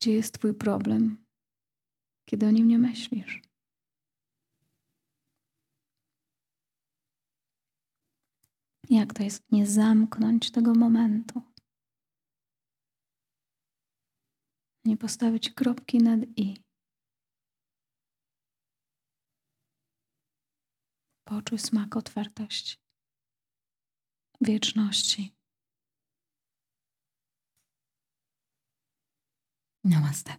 Gdzie jest twój problem, kiedy o nim nie myślisz? Jak to jest nie zamknąć tego momentu? Nie postawić kropki nad i. Poczuj smak otwartości, wieczności. Namaste.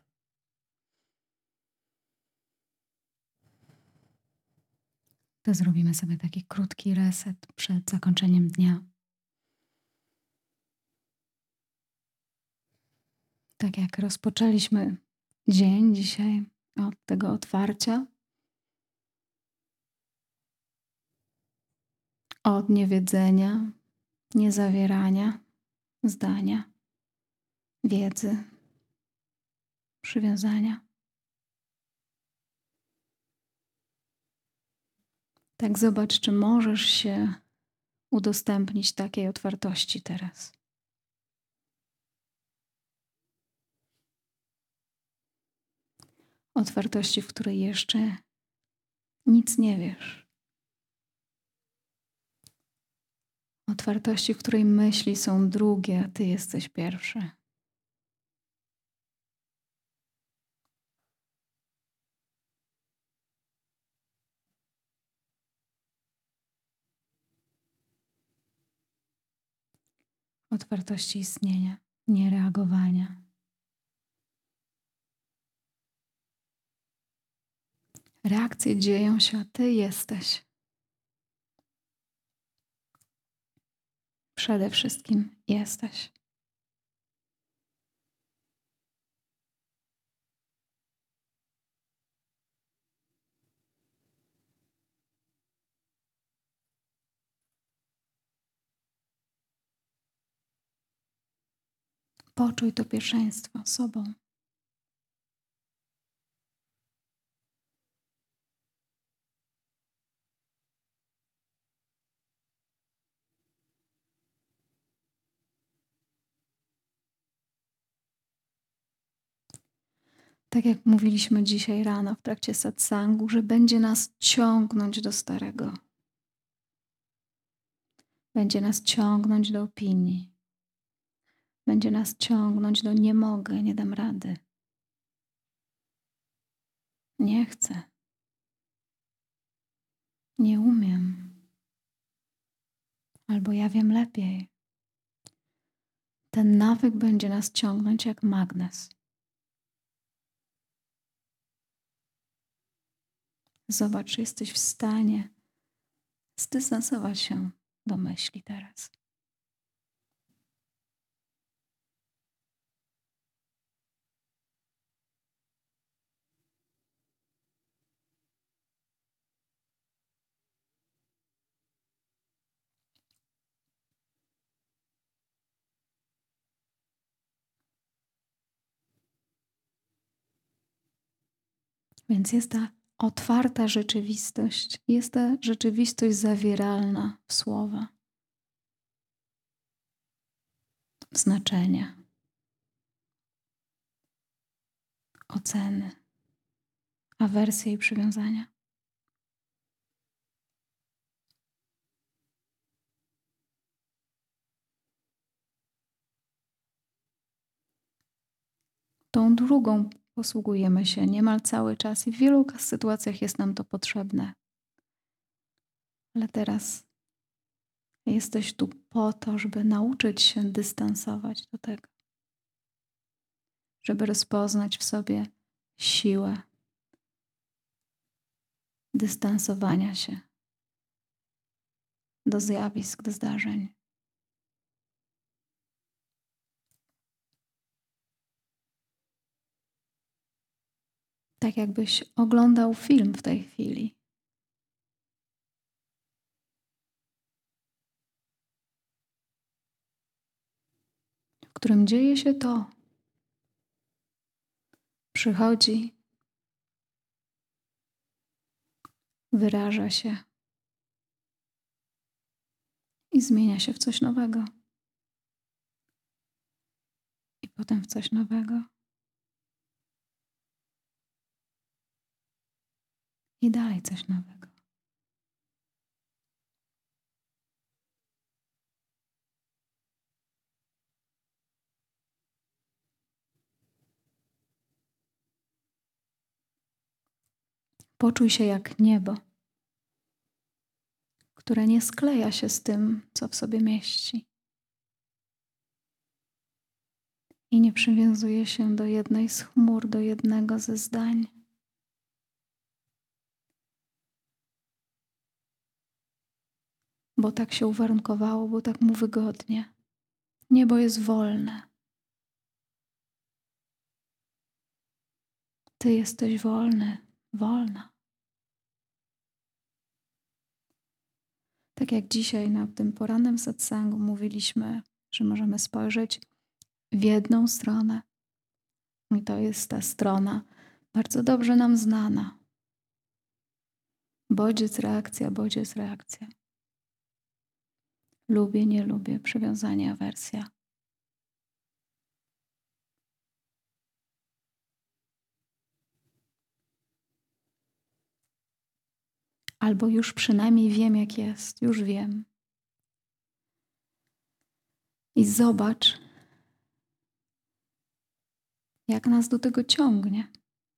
To zrobimy sobie taki krótki reset przed zakończeniem dnia. Tak jak rozpoczęliśmy dzień dzisiaj od tego otwarcia, od niewiedzenia, niezawierania zdania, wiedzy, przywiązania. Tak zobacz, czy możesz się udostępnić takiej otwartości teraz. Otwartości, w której jeszcze nic nie wiesz. Otwartości, w której myśli są drugie, a ty jesteś pierwszy. Otwartości istnienia, niereagowania. Reakcje dzieją się, a ty jesteś. Przede wszystkim jesteś. Poczuj to pierwszeństwo sobą. Tak jak mówiliśmy dzisiaj rano w trakcie satsangu, że będzie nas ciągnąć do starego. Będzie nas ciągnąć do opinii. Będzie nas ciągnąć do nie mogę, nie dam rady. Nie chcę. Nie umiem. Albo ja wiem lepiej. Ten nawyk będzie nas ciągnąć jak magnes. Zobacz, czy jesteś w stanie zdystansować się do myśli teraz. Więc jest ta otwarta rzeczywistość, jest ta rzeczywistość zawieralna w słowa, w znaczenia, oceny, awersje i przywiązania. Tą drugą posługujemy się niemal cały czas i w wielu sytuacjach jest nam to potrzebne. Ale teraz jesteś tu po to, żeby nauczyć się dystansować do tego. Żeby rozpoznać w sobie siłę dystansowania się do zjawisk, do zdarzeń. Tak jakbyś oglądał film w tej chwili. W którym dzieje się to. Przychodzi, wyraża się i zmienia się w coś nowego. I potem w coś nowego. i dalej coś nowego. Poczuj się jak niebo, które nie skleja się z tym, co w sobie mieści. I nie przywiązuje się do jednej z chmur, do jednego ze zdań. Bo tak się uwarunkowało, bo tak mu wygodnie. Niebo jest wolne. Ty jesteś wolny, wolna. Tak jak dzisiaj na tym porannym satsangu mówiliśmy, że możemy spojrzeć w jedną stronę. I to jest ta strona bardzo dobrze nam znana. Bodziec, reakcja, bodziec, reakcja. Lubię, nie lubię, przywiązanie, awersja. Albo już przynajmniej wiem, jak jest, już wiem. I zobacz, jak nas do tego ciągnie.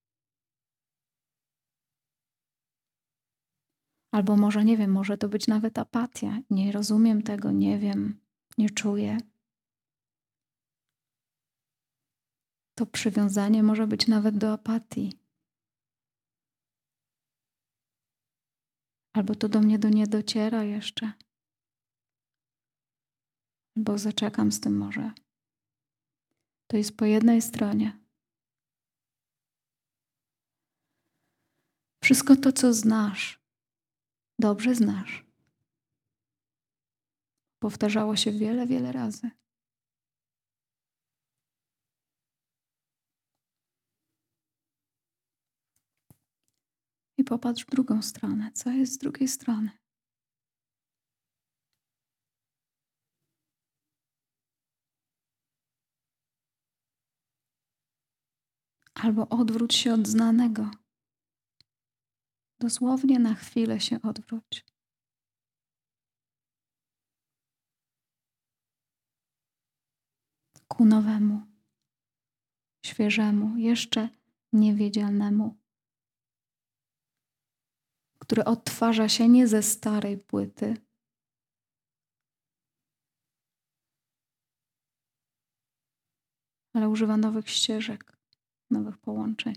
Albo może, nie wiem, może to być nawet apatia. Nie rozumiem tego, nie wiem, nie czuję. To przywiązanie może być nawet do apatii. Albo to do mnie nie dociera jeszcze. Albo zaczekam z tym może. To jest po jednej stronie. Wszystko to, co znasz, dobrze znasz. Powtarzało się wiele, wiele razy. I popatrz w drugą stronę. Co jest z drugiej strony? Albo odwróć się od znanego. Dosłownie na chwilę się odwróć. Ku nowemu, świeżemu, jeszcze niewiedzialnemu, który odtwarza się nie ze starej płyty, ale używa nowych ścieżek, nowych połączeń.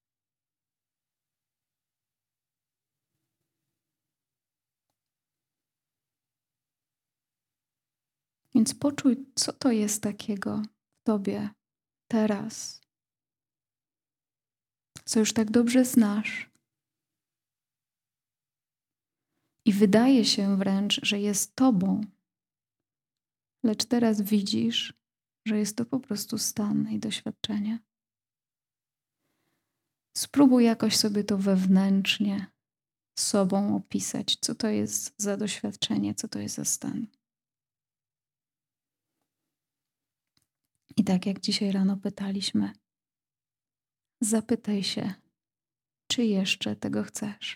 Więc poczuj, co to jest takiego w tobie teraz, co już tak dobrze znasz. I wydaje się wręcz, że jest tobą, lecz teraz widzisz, że jest to po prostu stan i doświadczenie. Spróbuj jakoś sobie to wewnętrznie sobą opisać, co to jest za doświadczenie, co to jest za stan. I tak jak dzisiaj rano pytaliśmy, zapytaj się, czy jeszcze tego chcesz.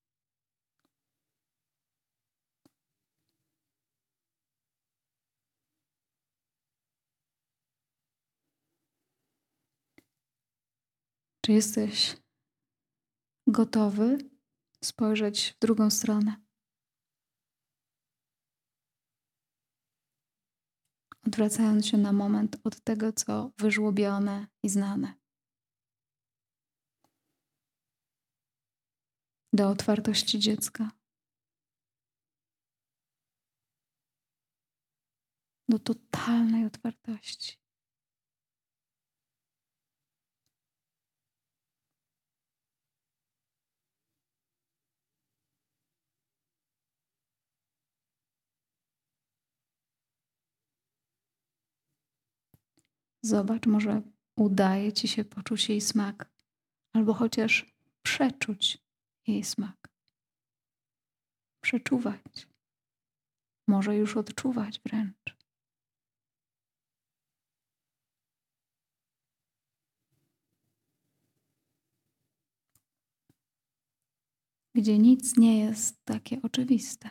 Czy jesteś gotowy spojrzeć w drugą stronę? Odwracając się na moment od tego, co wyżłobione i znane. Do otwartości dziecka. Do totalnej otwartości. Zobacz, może udaje ci się poczuć jej smak, albo chociaż przeczuć jej smak. Przeczuwać. Może już odczuwać wręcz. gdzie nic nie jest takie oczywiste.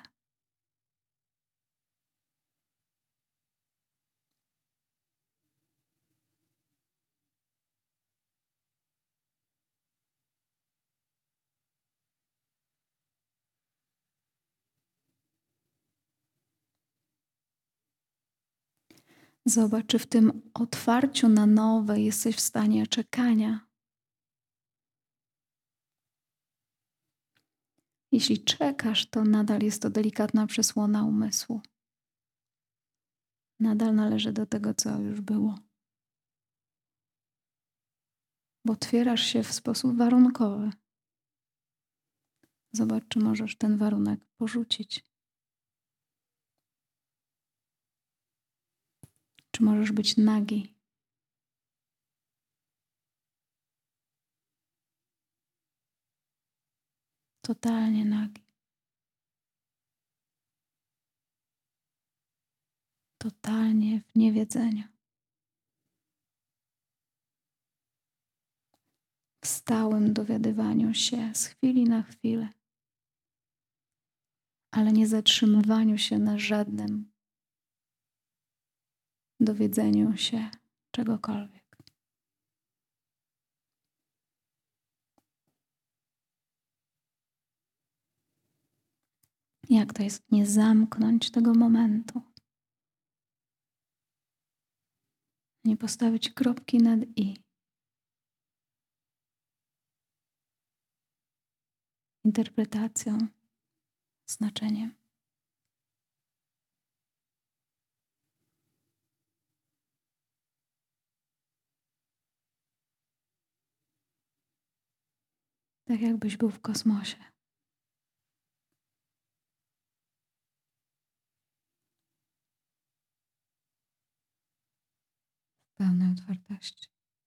Zobacz, czy w tym otwarciu na nowe jesteś w stanie czekania. Jeśli czekasz, to nadal jest to delikatna przysłona umysłu. Nadal należy do tego, co już było. Bo otwierasz się w sposób warunkowy. Zobacz, czy możesz ten warunek porzucić. Czy możesz być nagi. Totalnie nagi. Totalnie w niewiedzeniu. W stałym dowiadywaniu się z chwili na chwilę. Ale nie zatrzymywaniu się na żadnym dowiedzeniu się czegokolwiek. Jak to jest nie zamknąć tego momentu? Nie postawić kropki nad i. Interpretacją, znaczeniem. Tak jakbyś był w kosmosie. W pełnej otwartości.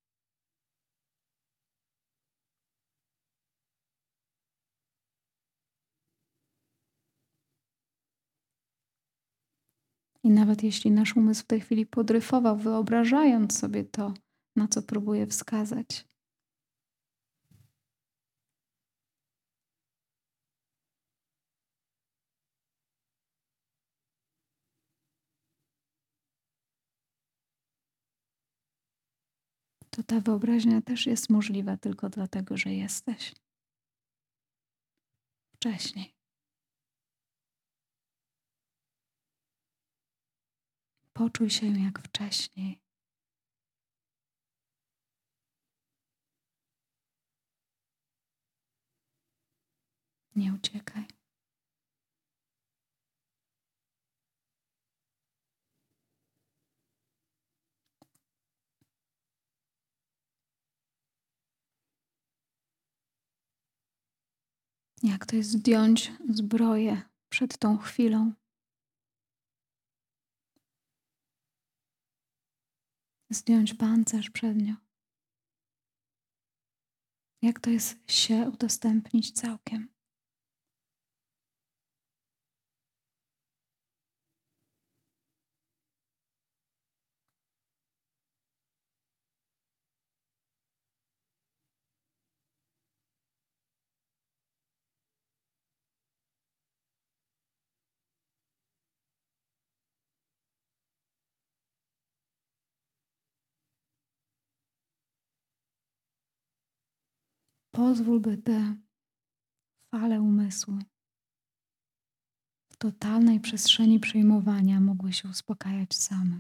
I nawet jeśli nasz umysł w tej chwili podryfował, wyobrażając sobie to, na co próbuje wskazać, to ta wyobraźnia też jest możliwa tylko dlatego, że jesteś wcześniej. Poczuj się jak wcześniej. Nie uciekaj. Jak to jest zdjąć zbroję przed tą chwilą. Zdjąć pancerz przed nią. Jak to jest się udostępnić całkiem. Pozwól, by te fale umysłu w totalnej przestrzeni przyjmowania mogły się uspokajać same.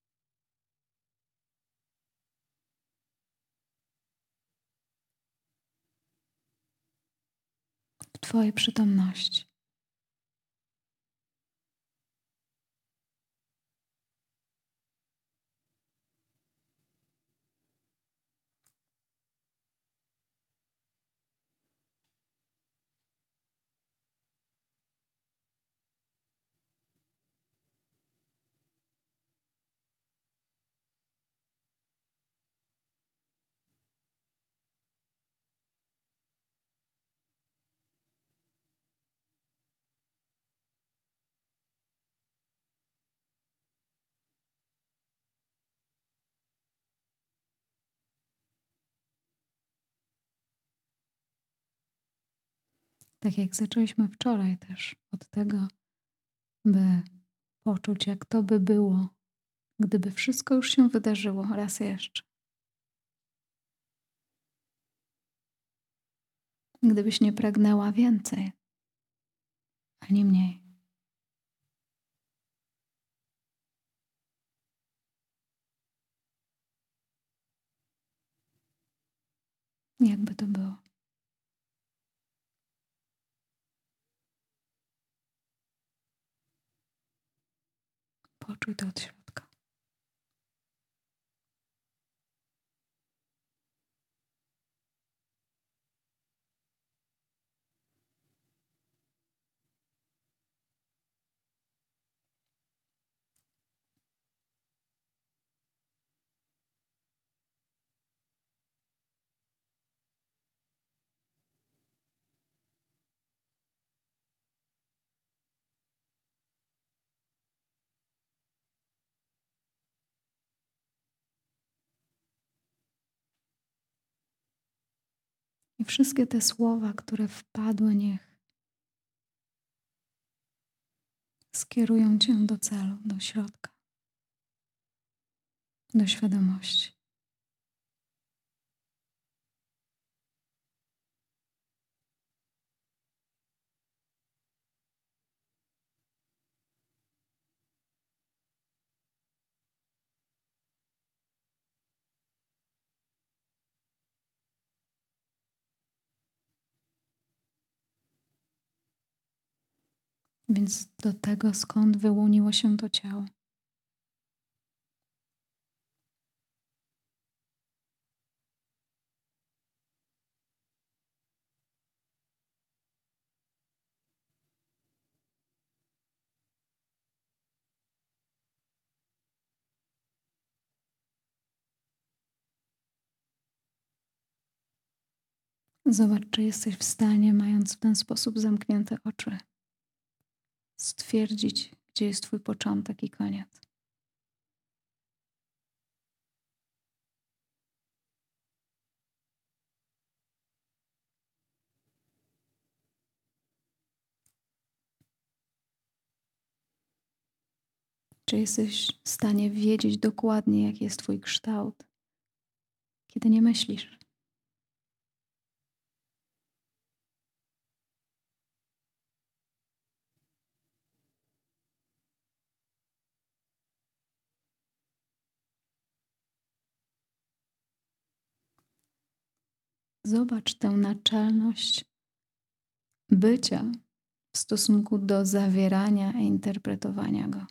W Twojej przytomności. Tak jak zaczęliśmy wczoraj też od tego, by poczuć, jak to by było, gdyby wszystko już się wydarzyło raz jeszcze. Gdybyś nie pragnęła więcej, ani mniej. Jakby to było. Poczuj to od środka. I wszystkie te słowa, które wpadły, niech skierują cię do celu, do środka, do świadomości. Więc do tego, skąd wyłoniło się to ciało. Zobacz, czy jesteś w stanie, mając w ten sposób zamknięte oczy, stwierdzić, gdzie jest twój początek i koniec. Czy jesteś w stanie wiedzieć dokładnie, jaki jest twój kształt, kiedy nie myślisz? Zobacz tę naczelność bycia w stosunku do zawierania i interpretowania go.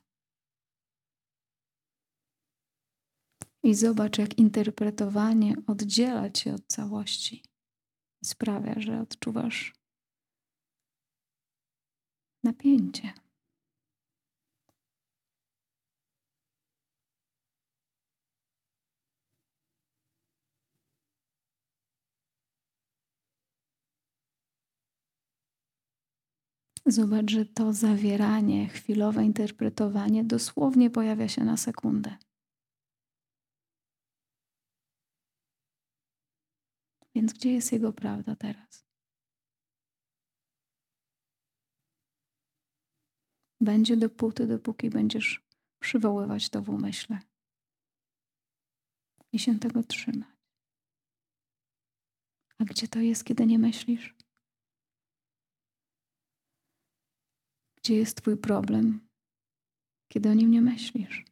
I zobacz, jak interpretowanie oddziela cię od całości i sprawia, że odczuwasz napięcie. Zobacz, że to zawieranie, chwilowe interpretowanie dosłownie pojawia się na sekundę. Więc gdzie jest jego prawda teraz? Będzie dopóty, dopóki będziesz przywoływać to w umyśle i się tego trzymać. A gdzie to jest, kiedy nie myślisz? Gdzie jest twój problem, kiedy o nim nie myślisz?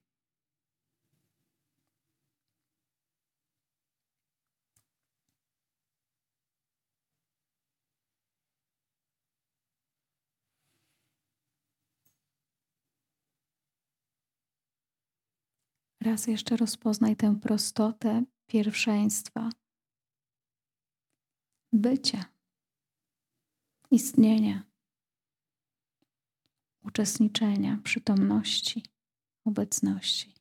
Raz jeszcze rozpoznaj tę prostotę pierwszeństwa bycia, istnienia, uczestniczenia, przytomności, obecności.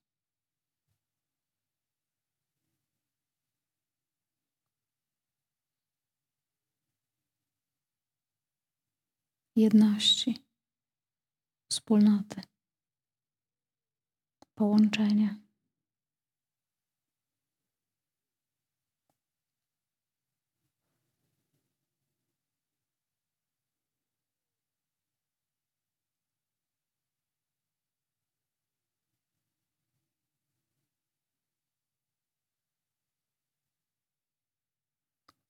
Jedności, wspólnoty, połączenia.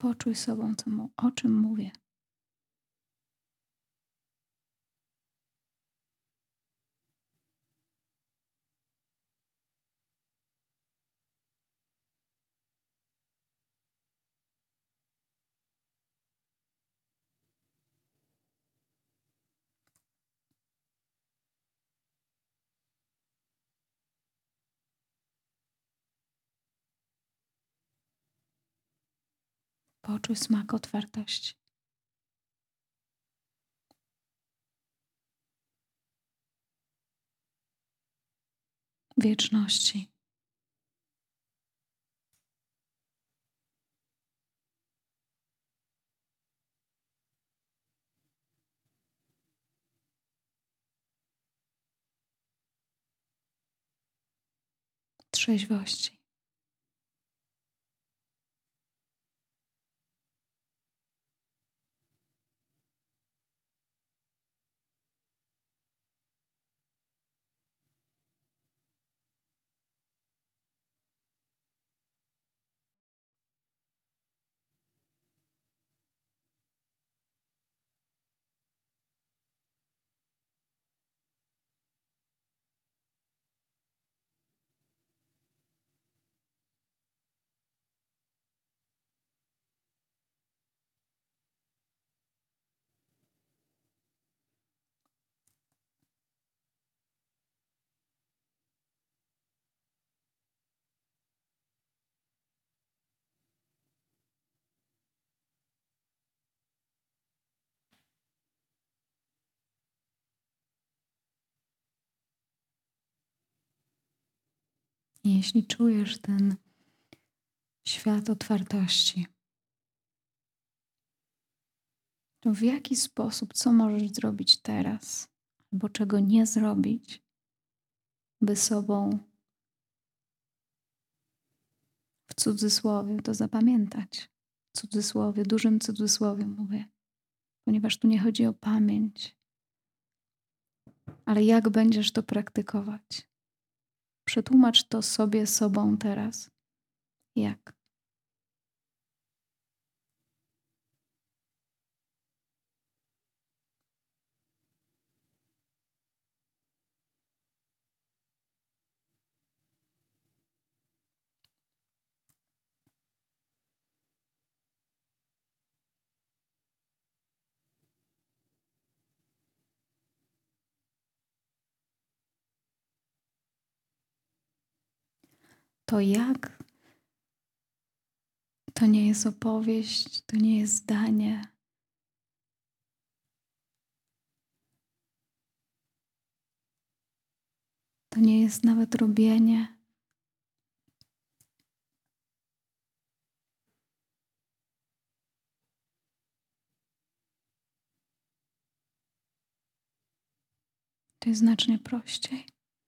Poczuj sobą, o czym mówię. Poczuj smak otwartości, wieczności. Trzeźwości. Jeśli czujesz ten świat otwartości, to w jaki sposób, co możesz zrobić teraz, albo czego nie zrobić, by sobą, w cudzysłowie, to zapamiętać. W cudzysłowie, dużym cudzysłowie mówię, ponieważ tu nie chodzi o pamięć, ale jak będziesz to praktykować. Przetłumacz to sobie, sobą teraz. Jak? To jak? To nie jest opowieść, to nie jest zdanie. To nie jest nawet robienie. To jest znacznie prościej.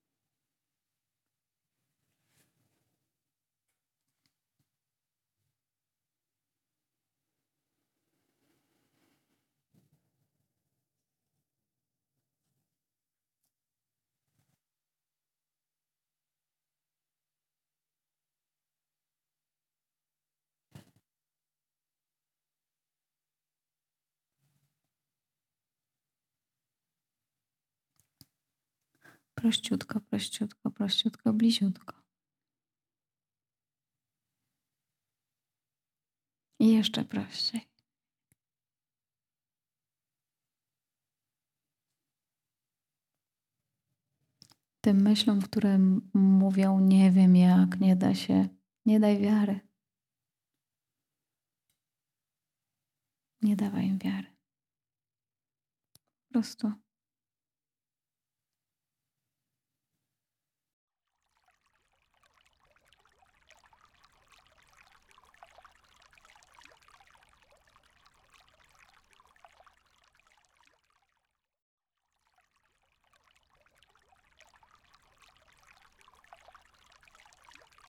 Prościutko, prościutko, prościutko, bliziutko. I jeszcze prościej. Tym myślom, które mówią nie wiem jak, nie da się, nie daj wiary. Nie dawaj im wiary. Po prostu